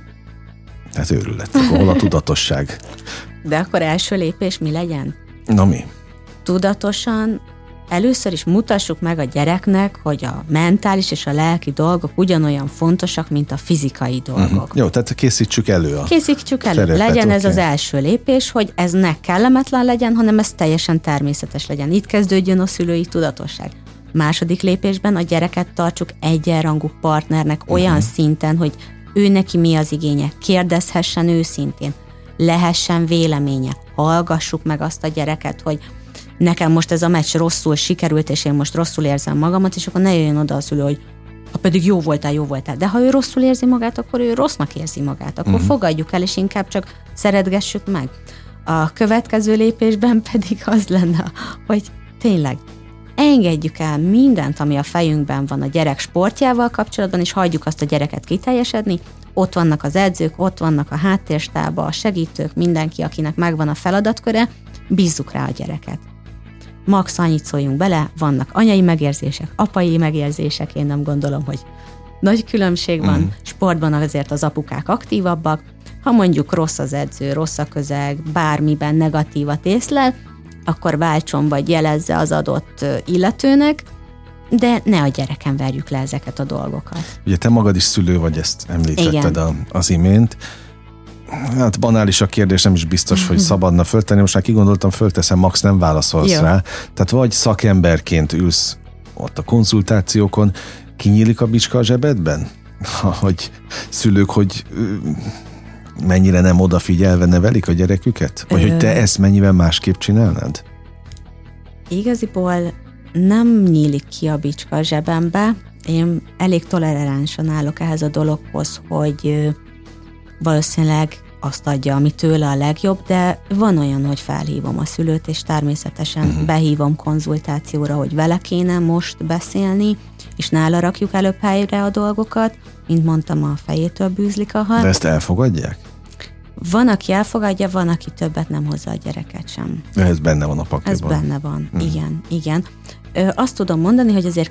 Hát őrület. Akkor hol a tudatosság? De akkor első lépés mi legyen? Na mi? Tudatosan először is mutassuk meg a gyereknek, hogy a mentális és a lelki dolgok ugyanolyan fontosak, mint a fizikai dolgok. Jó, tehát készítsük elő. Legyen ez az első lépés, hogy ez ne kellemetlen legyen, hanem ez teljesen természetes legyen. Itt kezdődjön a szülői tudatosság. Második lépésben a gyereket tartsuk egyenrangú partnernek olyan szinten, hogy ő neki mi az igénye, kérdezhessen őszintén, lehessen véleménye, hallgassuk meg azt a gyereket, hogy nekem most ez a meccs rosszul sikerült, és én most rosszul érzem magamat, és akkor ne jöjjön oda a szülő, hogy ha pedig jó voltál. De ha ő rosszul érzi magát, akkor ő rossznak érzi magát. Akkor fogadjuk el, és inkább csak szeretgessük meg. A következő lépésben pedig az lenne, hogy tényleg engedjük el mindent, ami a fejünkben van a gyerek sportjával kapcsolatban, és hagyjuk azt a gyereket kiteljesedni. Ott vannak az edzők, ott vannak a háttérstába, a segítők, mindenki, akinek megvan a feladatköre, bízzuk rá a gyereket. Max annyit szóljunk bele, vannak anyai megérzések, apai megérzések, én nem gondolom, hogy nagy különbség van. Sportban azért az apukák aktívabbak. Ha mondjuk rossz az edző, rossz a közeg, bármiben negatívat észlel, akkor váltson vagy jelezze az adott illetőnek, de ne a gyereken verjük le ezeket a dolgokat. Ugye te magad is szülő vagy, ezt említetted az imént. Hát banális a kérdés, nem is biztos, hogy szabadna föltenni. Most már kigondoltam, fölteszem, Max, nem válaszolsz rá. Tehát vagy szakemberként ülsz ott a konzultációkon, kinyílik a bicska a zsebedben? Hogy szülők, hogy mennyire nem odafigyelve nevelik a gyereküket? Vagy hogy te ezt mennyivel másképp csinálnád? Igaziból nem nyílik ki a bicska a zsebembe. Én elég toleránsan állok ehhez a dologhoz, hogy valószínűleg azt adja, ami tőle a legjobb, de van olyan, hogy felhívom a szülőt, és természetesen behívom konzultációra, hogy vele kéne most beszélni, és nála rakjuk előbb helyre a dolgokat. Mint mondtam, a fejétől bűzlik a hal. De ezt elfogadják? Van, aki elfogadja, van, aki többet nem hozza a gyereket sem. Ez benne van a pakliban. Ez benne van, igen. Azt tudom mondani, hogy azért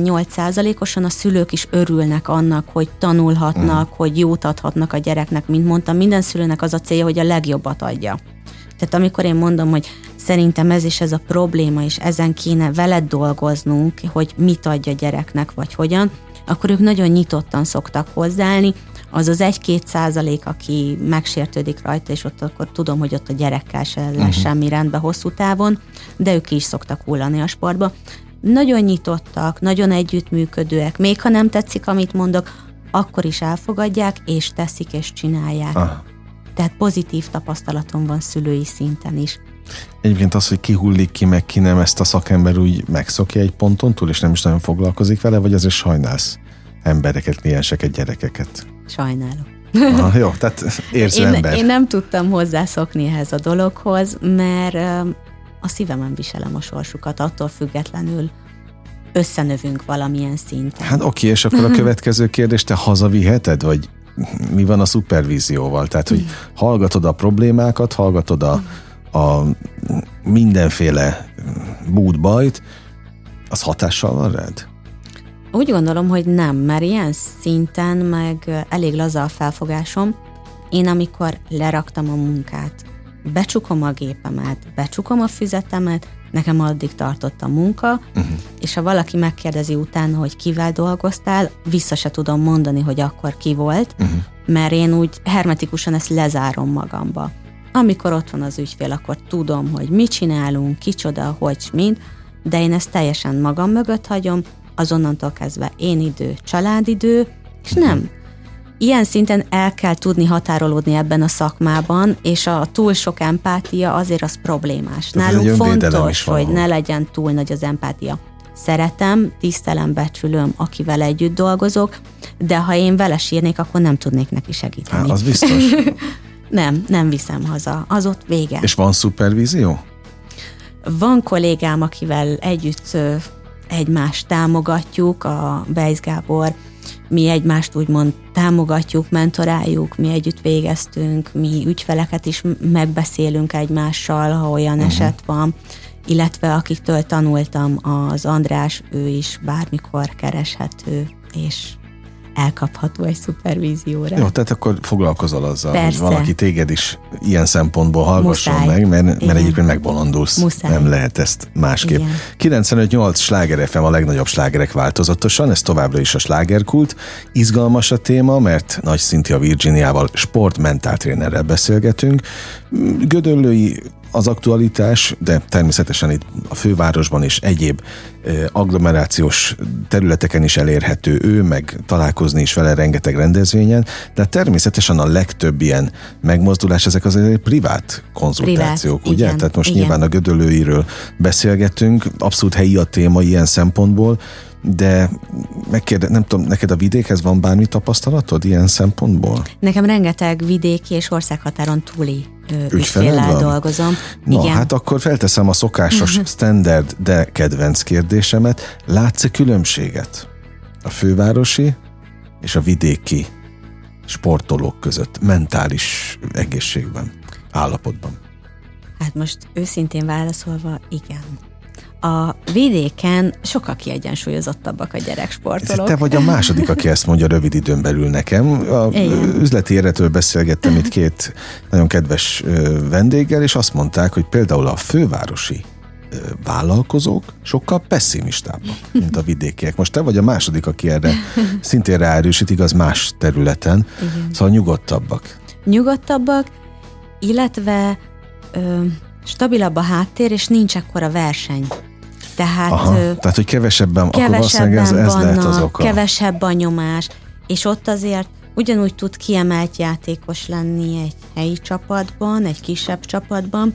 98%-osan a szülők is örülnek annak, hogy tanulhatnak, hogy jót adhatnak a gyereknek. Mint mondtam, minden szülőnek az a célja, hogy a legjobbat adja. Tehát amikor én mondom, hogy szerintem ez is ez a probléma, és ezen kéne veled dolgoznunk, hogy mit adja a gyereknek, vagy hogyan, akkor ők nagyon nyitottan szoktak hozzáállni. Az az 1-2%, aki megsértődik rajta, és ott akkor tudom, hogy ott a gyerekkel se lesz semmi rendben hosszú távon, de ők is szoktak hullani a sportba. Nagyon nyitottak, nagyon együttműködőek, még ha nem tetszik, amit mondok, akkor is elfogadják, és teszik, és csinálják. Tehát pozitív tapasztalatom van szülői szinten is. Egyébként az, hogy ki hullik ki, meg ki nem, ezt a szakember úgy megszokja egy ponton túl, és nem is nagyon foglalkozik vele, vagy azért sajnálsz embereket, klienseket, gyerekeket? Sajnálom. Jó, tehát érző ember. Én nem tudtam hozzászokni ehhez a dologhoz, mert a szívemen viselem a sorsukat, attól függetlenül összenövünk valamilyen szinten. Hát oké, és akkor a következő kérdés, te hazaviheted, vagy mi van a szupervízióval? Tehát, hogy hallgatod a problémákat, hallgatod a mindenféle bútbajt, az hatással van rád? Úgy gondolom, hogy nem, mert ilyen szinten meg elég laza a felfogásom. Én amikor leraktam a munkát, becsukom a gépemet, becsukom a füzetemet, nekem addig tartott a munka, és ha valaki megkérdezi utána, hogy kivel dolgoztál, vissza se tudom mondani, hogy akkor ki volt, mert én úgy hermetikusan ezt lezárom magamba. Amikor ott van az ügyfél, akkor tudom, hogy mit csinálunk, kicsoda, hogy, mint, de én ezt teljesen magam mögött hagyom, azonnantól kezdve én idő, családidő, és nem. Ilyen szinten el kell tudni határolódni ebben a szakmában, és a túl sok empátia azért az problémás. Nálunk fontos, hogy ne legyen túl nagy az empátia. Szeretem, tisztelem, becsülöm, akivel együtt dolgozok, de ha én vele sírnék, akkor nem tudnék neki segíteni. Az biztos. Nem viszem haza. Az ott vége. És van szupervízió? Van kollégám, akivel együtt egymást támogatjuk, a Bejsz Gábor, mi egymást úgymond támogatjuk, mentoráljuk, mi együtt végeztünk, mi ügyfeleket is megbeszélünk egymással, ha olyan eset van, illetve akiktől tanultam, az András, ő is bármikor kereshető, és elkapható egy szupervízióra. Jó, tehát akkor foglalkozol azzal, persze, hogy valaki téged is ilyen szempontból hallgasson meg, mert egyébként megbolondulsz. Muszáj. Nem lehet ezt másképp. 95.8 Sláger FM a legnagyobb slágerek változatosan, ez továbbra is a slágerkult. Izgalmas a téma, mert Nagy Cynthia Virginiával sportmentáltrénerrel beszélgetünk. Gödöllői az aktualitás, de természetesen itt a fővárosban és egyéb agglomerációs területeken is elérhető ő, meg találkozni is vele rengeteg rendezvényen, de természetesen a legtöbb ilyen megmozdulás, ezek azért privát konzultációk, ugye? Igen, Tehát most igen. nyilván a gödöllőiről beszélgetünk, abszolút helyi a téma ilyen szempontból, de nem tudom, neked a vidékhez van bármi tapasztalatod ilyen szempontból? Nekem rengeteg vidéki és országhatáron túli ügyféllel dolgozom. Na, igen. hát akkor felteszem a szokásos standard, de kedvenc kérdésemet. Látsz-e különbséget a fővárosi és a vidéki sportolók között mentális egészségben, állapotban? Hát most őszintén válaszolva, igen. A vidéken sokkal kiegyensúlyozottabbak a gyereksportolók. Te vagy a második, aki ezt mondja rövid időn belül nekem. A üzleti életről beszélgettem itt két nagyon kedves vendéggel, és azt mondták, hogy például a fővárosi vállalkozók sokkal pesszimistábbak, mint a vidékiek. Most te vagy a második, aki erre szintén ráerősít, igaz, más területen. Igen. Szóval nyugodtabbak. Nyugodtabbak, illetve stabilabb a háttér, és nincs ekkora verseny. Tehát, hogy kevesebben ez lehet az oka. Kevesebb a nyomás, és ott azért ugyanúgy tud kiemelt játékos lenni egy helyi csapatban, egy kisebb csapatban,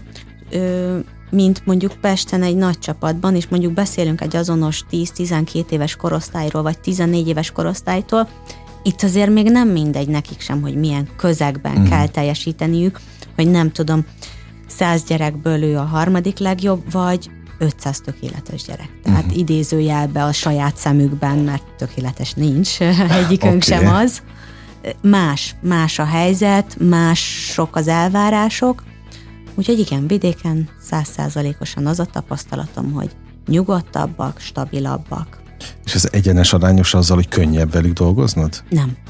mint mondjuk Pesten egy nagy csapatban, és mondjuk beszélünk egy azonos 10-12 éves korosztályról, vagy 14 éves korosztálytól, itt azért még nem mindegy nekik sem, hogy milyen közegben kell teljesíteniük, hogy nem tudom, 100 gyerekből ő a harmadik legjobb, vagy 500 tökéletes gyerek. Tehát idézőjelbe a saját szemükben, mert tökéletes nincs, egyikünk sem az. Más a helyzet, mások az elvárások, úgyhogy igen, vidéken 100%-osan az a tapasztalatom, hogy nyugodtabbak, stabilabbak. És ez egyenes arányos azzal, hogy könnyebb velük dolgoznod?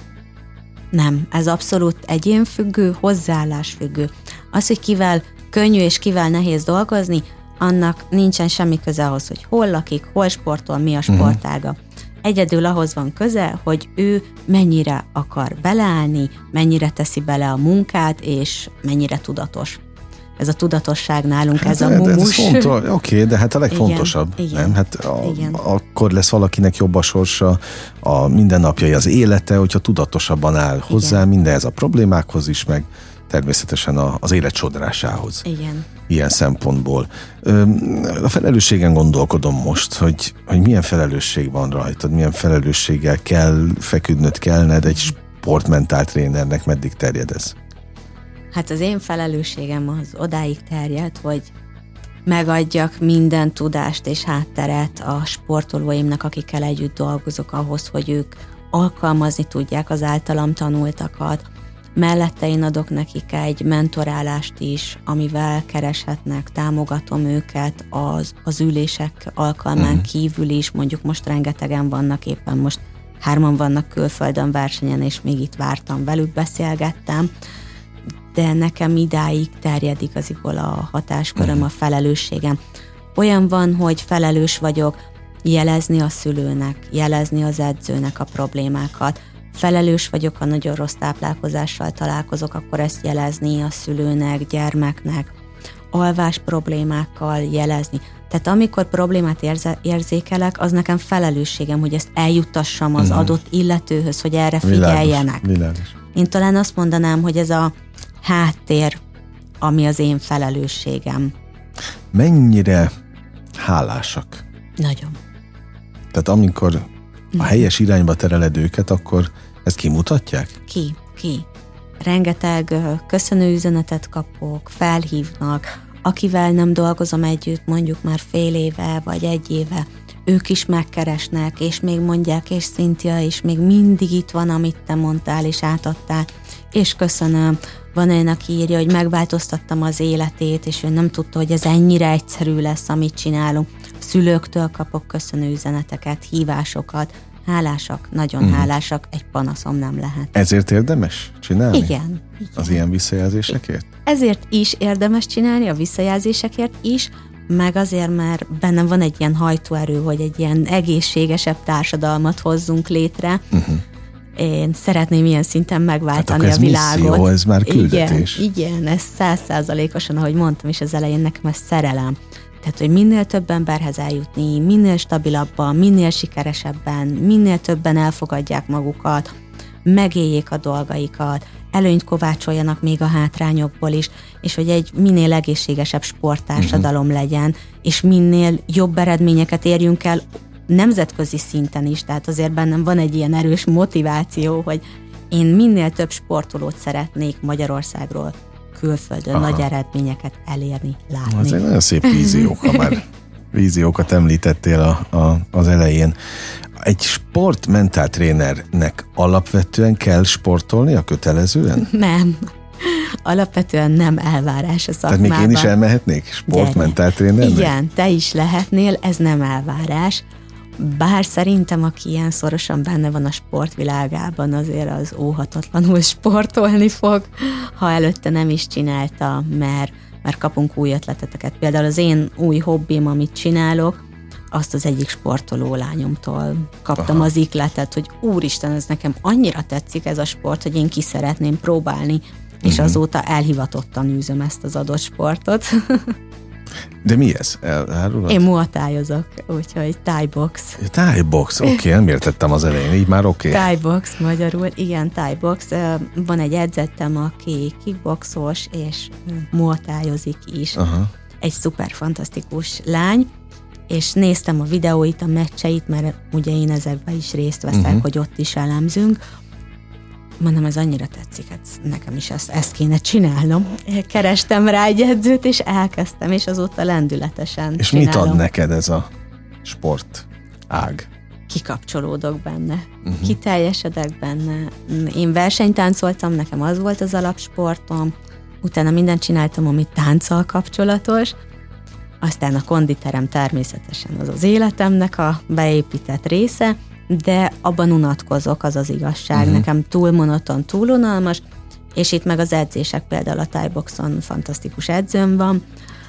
Nem, ez abszolút egyénfüggő, hozzáállásfüggő. Az, hogy kivel könnyű és kivel nehéz dolgozni, annak nincsen semmi köze ahhoz, hogy hol lakik, hol sportol, mi a sportága. Egyedül ahhoz van köze, hogy ő mennyire akar beleállni, mennyire teszi bele a munkát, és mennyire tudatos. Ez a tudatosság nálunk, ez a mumus. Oké, de hát a legfontosabb. Igen, nem? Hát akkor lesz valakinek jobb a sorsa, a mindennapjai, az élete, hogyha tudatosabban áll hozzá mindenhez a problémákhoz is, meg természetesen az élet sodrásához. Igen. Ilyen szempontból. A felelősségen gondolkodom most, hogy milyen felelősség van rajtad, milyen felelősséggel kell feküdnöd kellene egy sportmentáltrénernek, meddig terjed ez? Hát az én felelősségem az odáig terjed, hogy megadjak minden tudást és hátteret a sportolóimnak, akikkel együtt dolgozok ahhoz, hogy ők alkalmazni tudják az általam tanultakat. Mellette én adok nekik egy mentorálást is, amivel kereshetnek, támogatom őket az ülések alkalmán kívül is, mondjuk most rengetegen vannak, éppen most 3 vannak külföldön versenyen, és még itt vártam velük, beszélgettem, de nekem idáig terjed igaziból a hatásköröm, a felelősségem. Olyan van, hogy felelős vagyok jelezni a szülőnek, jelezni az edzőnek a problémákat, felelős vagyok, ha nagyon rossz táplálkozással találkozok, akkor ezt jelezni a szülőnek, gyermeknek, alvás problémákkal jelezni. Tehát amikor problémát érzékelek, az nekem felelősségem, hogy ezt eljuttassam az adott illetőhöz, hogy erre figyeljenek. Világos. Én talán azt mondanám, hogy ez a háttér, ami az én felelősségem. Mennyire hálásak? Nagyon. Tehát amikor a helyes irányba tereled őket, akkor ezt kimutatják? Ki. Rengeteg köszönő üzenetet kapok, felhívnak, akivel nem dolgozom együtt, mondjuk már fél éve vagy egy éve, ők is megkeresnek, és még mondják, és Cynthia, és még mindig itt van, amit te mondtál, és átadtál, és köszönöm. Van olyan, aki írja, hogy megváltoztattam az életét, és ő nem tudta, hogy ez ennyire egyszerű lesz, amit csinálunk. Szülőktől kapok köszönő üzeneteket, hívásokat, hálásak, nagyon hálásak, egy panaszom nem lehet. Ezért érdemes csinálni? Igen. Az ilyen visszajelzésekért? Ezért is érdemes csinálni, a visszajelzésekért is, meg azért, mert bennem van egy ilyen hajtóerő, hogy egy ilyen egészségesebb társadalmat hozzunk létre. Én szeretném ilyen szinten megváltani hát a világot. Misszió, ez már küldetés. Igen, ez 100%-osan, ahogy mondtam is az elején, nekem ez szerelem. Tehát, hogy minél több emberhez eljutni, minél stabilabban, minél sikeresebben, minél többen elfogadják magukat, megéljék a dolgaikat, előnyt kovácsoljanak még a hátrányokból is, és hogy egy minél egészségesebb sporttársadalom legyen, és minél jobb eredményeket érjünk el nemzetközi szinten is, tehát azért bennem van egy ilyen erős motiváció, hogy én minél több sportolót szeretnék Magyarországról külföldön nagy eredményeket elérni, látni. Ez egy nagyon szép víziók, ha már víziókat említettél az elején. Egy sportmentáltrénernek alapvetően kell sportolnia kötelezően? Nem. Alapvetően nem elvárás a szakmában. Tehát még én is elmehetnék sportmentáltrénernek? Igen, te is lehetnél, ez nem elvárás. Bár szerintem, aki ilyen szorosan benne van a sportvilágában, azért az óhatatlanul sportolni fog, ha előtte nem is csinálta, mert kapunk új ötleteket. Például az én új hobbim, amit csinálok, azt az egyik sportoló lányomtól kaptam az ikletet, hogy úristen, ez nekem annyira tetszik ez a sport, hogy én ki szeretném próbálni, és azóta elhivatottan űzöm ezt az adott sportot. De mi ez? Elárulod? Én muatályozok, úgyhogy Thai box. Thai box, oké, nem értettem az elején, így már oké. Thai box magyarul, igen, Thai box. Van egy edzettem, aki kickboxos, és muatályozik is. Egy szuper fantasztikus lány, és néztem a videóit, a meccseit, mert ugye én ezekben is részt veszek, hogy ott is elemzünk. Mondom, ez annyira tetszik, nekem is ezt kéne csinálnom. Kerestem rá egy edzőt, és elkezdtem, és azóta lendületesen és csinálom. mit ad neked ez a sport ág? Kikapcsolódok benne, kiteljesedek benne. Én versenytáncoltam, nekem az volt az alapsportom, utána mindent csináltam, ami tánccal kapcsolatos, aztán a konditerem természetesen az életemnek a beépített része, de abban unatkozok, az az igazság. Nekem túl monoton, túl unalmas, és itt meg az edzések, például a Thai boxon fantasztikus edzőm van.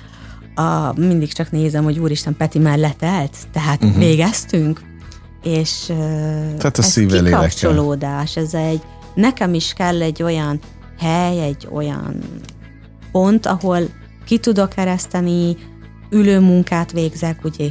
Mindig csak nézem, hogy úristen, Peti már letelt, tehát végeztünk, és tehát ez kikapcsolódás, nekem is kell egy olyan hely, egy olyan pont, ahol ki tudok ereszteni, ülő munkát végzek, ugye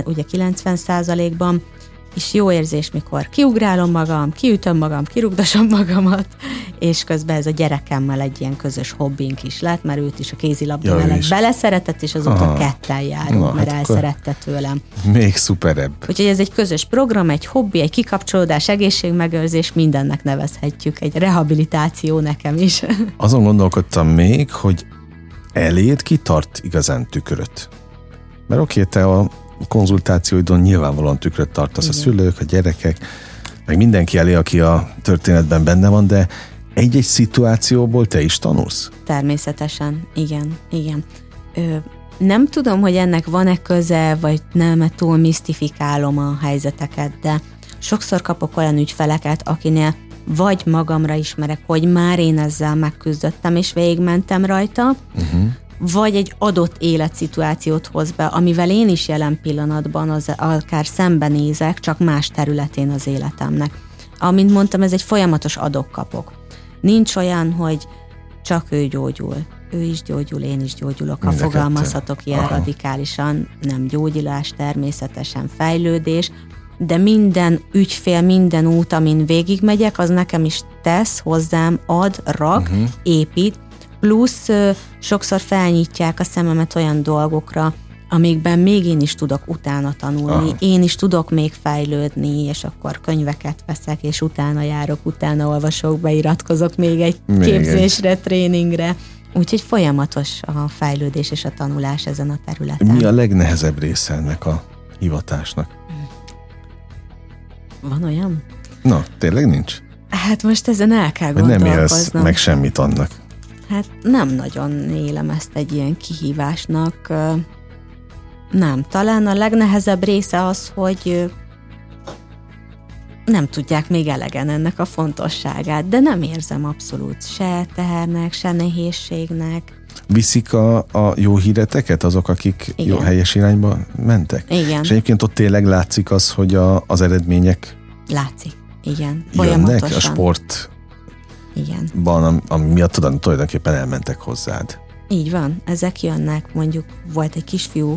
90%-ban, és jó érzés, mikor kiugrálom magam, kiütöm magam, kirugdosom magamat, és közben ez a gyerekemmel egy ilyen közös hobbink is lett, mert őt is a kézilabda mellett beleszeretett, és azóta ketten járunk, mert elszerette tőlem. Még szuperebb. Úgyhogy ez egy közös program, egy hobbi, egy kikapcsolódás, egészségmegőrzés, mindennek nevezhetjük, egy rehabilitáció nekem is. Azon gondolkodtam még, hogy eléd kitart igazán tükröt. Mert oké, te a konzultációidon nyilvánvalóan tükröt tartasz. Igen. A szülők, a gyerekek, meg mindenki elé, aki a történetben benne van, de egy-egy szituációból te is tanulsz? Természetesen, igen. Nem tudom, hogy ennek van-e köze, vagy nem, mert túl misztifikálom a helyzeteket, de sokszor kapok olyan ügyfeleket, akinél vagy magamra ismerek, hogy már én ezzel megküzdöttem, és végigmentem rajta, vagy egy adott életszituációt hoz be, amivel én is jelen pillanatban akár szembenézek, csak más területén az életemnek. amint mondtam, ez egy folyamatos adok-kapok. Nincs olyan, hogy csak ő gyógyul. Ő is gyógyul, én is gyógyulok, ha fogalmazhatok ilyen radikálisan. Nem gyógyulás, természetesen fejlődés, de minden ügyfél, minden út, amin végigmegyek, az nekem is tesz, hozzám ad, rak, épít, plusz sokszor felnyitják a szememet olyan dolgokra, amikben még én is tudok utána tanulni, én is tudok még fejlődni, és akkor könyveket veszek, és utána járok, utána olvasok, beiratkozok még egy képzésre, tréningre. Úgyhogy folyamatos a fejlődés és a tanulás ezen a területen. Mi a legnehezebb része ennek a hivatásnak? Van olyan? Na, tényleg nincs? Hát most ezen el kell gondolkoznom. Nem élsz meg semmit annak. Hát nem nagyon élem ezt egy ilyen kihívásnak. Nem, talán a legnehezebb része az, hogy nem tudják még elegen ennek a fontosságát, de nem érzem abszolút se tehernek, se nehézségnek. Viszik a jó híreteket azok, akik jó helyes irányba mentek? Igen. És egyébként ott tényleg látszik az, hogy az eredmények látszik, igen. Jönnek a sport. Igen. Ami miatt tulajdonképpen elmentek hozzád. Így van, ezek jönnek. Mondjuk volt egy kisfiú,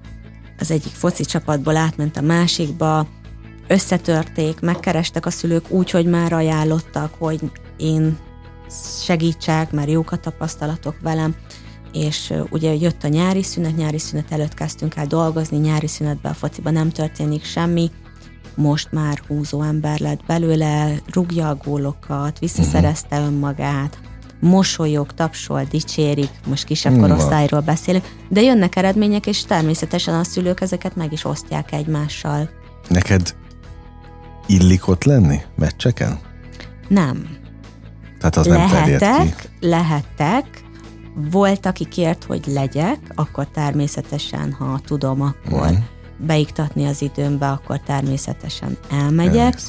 az egyik foci csapatból átment a másikba, összetörték, megkerestek a szülők úgy, hogy már ajánlottak, hogy én segítsek, mert jók a tapasztalatok velem, és ugye jött a nyári szünet előtt kezdtünk el dolgozni, nyári szünetben a fociban nem történik semmi, most már húzó ember lett belőle, rúgja a gólokat, visszaszerezte önmagát, mosolyog, tapsol, dicsérik, most kisebb korosztályról beszélünk, de jönnek eredmények, és természetesen a szülők ezeket meg is osztják egymással. Neked illik ott lenni meccseken? Nem. Tehát az nem terjed ki? Lehetek. Volt, aki kért, hogy legyek, akkor természetesen, ha tudom, akkor beiktatni az időmbe, akkor természetesen elmegyek,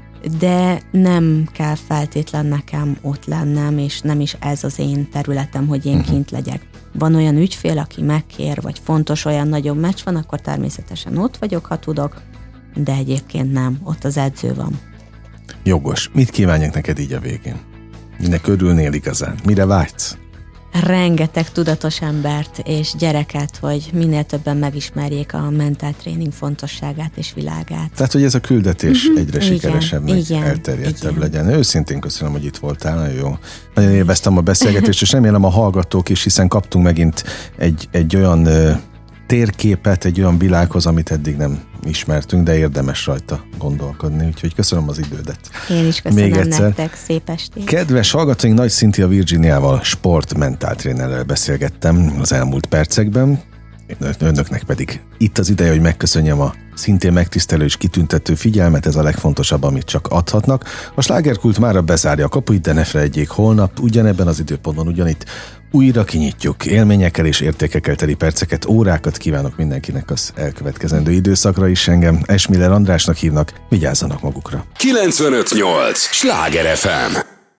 de nem kell feltétlen nekem ott lennem, és nem is ez az én területem, hogy én kint legyek. Van olyan ügyfél, aki megkér, vagy fontos olyan nagyobb meccs van, akkor természetesen ott vagyok, ha tudok, de egyébként nem, ott az edző van. Jogos. Mit kívánjak neked így a végén? Minek örülnél igazán? Mire vágysz? Rengeteg tudatos embert és gyereket, hogy minél többen megismerjék a mental training fontosságát és világát. Tehát, hogy ez a küldetés egyre sikeresebb, elterjedtebb legyen. Őszintén köszönöm, hogy itt voltál, nagyon jó. Nagyon élveztem a beszélgetést, és remélem a hallgatók is, hiszen kaptunk megint egy olyan térképet, egy olyan világhoz, amit eddig nem ismertünk, de érdemes rajta gondolkodni, úgyhogy köszönöm az idődet. Én is köszönöm nektek, szép estét. Kedves hallgatóink, Nagy Cynthia Virginiával, sportmentál trénerrel beszélgettem az elmúlt percekben, önöknek pedig itt az ideje, hogy megköszönjem a szintén megtisztelő és kitüntető figyelmet, ez a legfontosabb, amit csak adhatnak. A Slágerkult mára bezárja a kapuit, de ne felejtjék, holnap ugyanebben az időpontban ugyanitt újra kinyitjuk. Élményekkel és értékekkel teli perceket, órákat kívánok mindenkinek az elkövetkezendő időszakra is. Engem Esmiller Andrásnak hívnak, vigyázzanak magukra. 95.8 Sláger FM.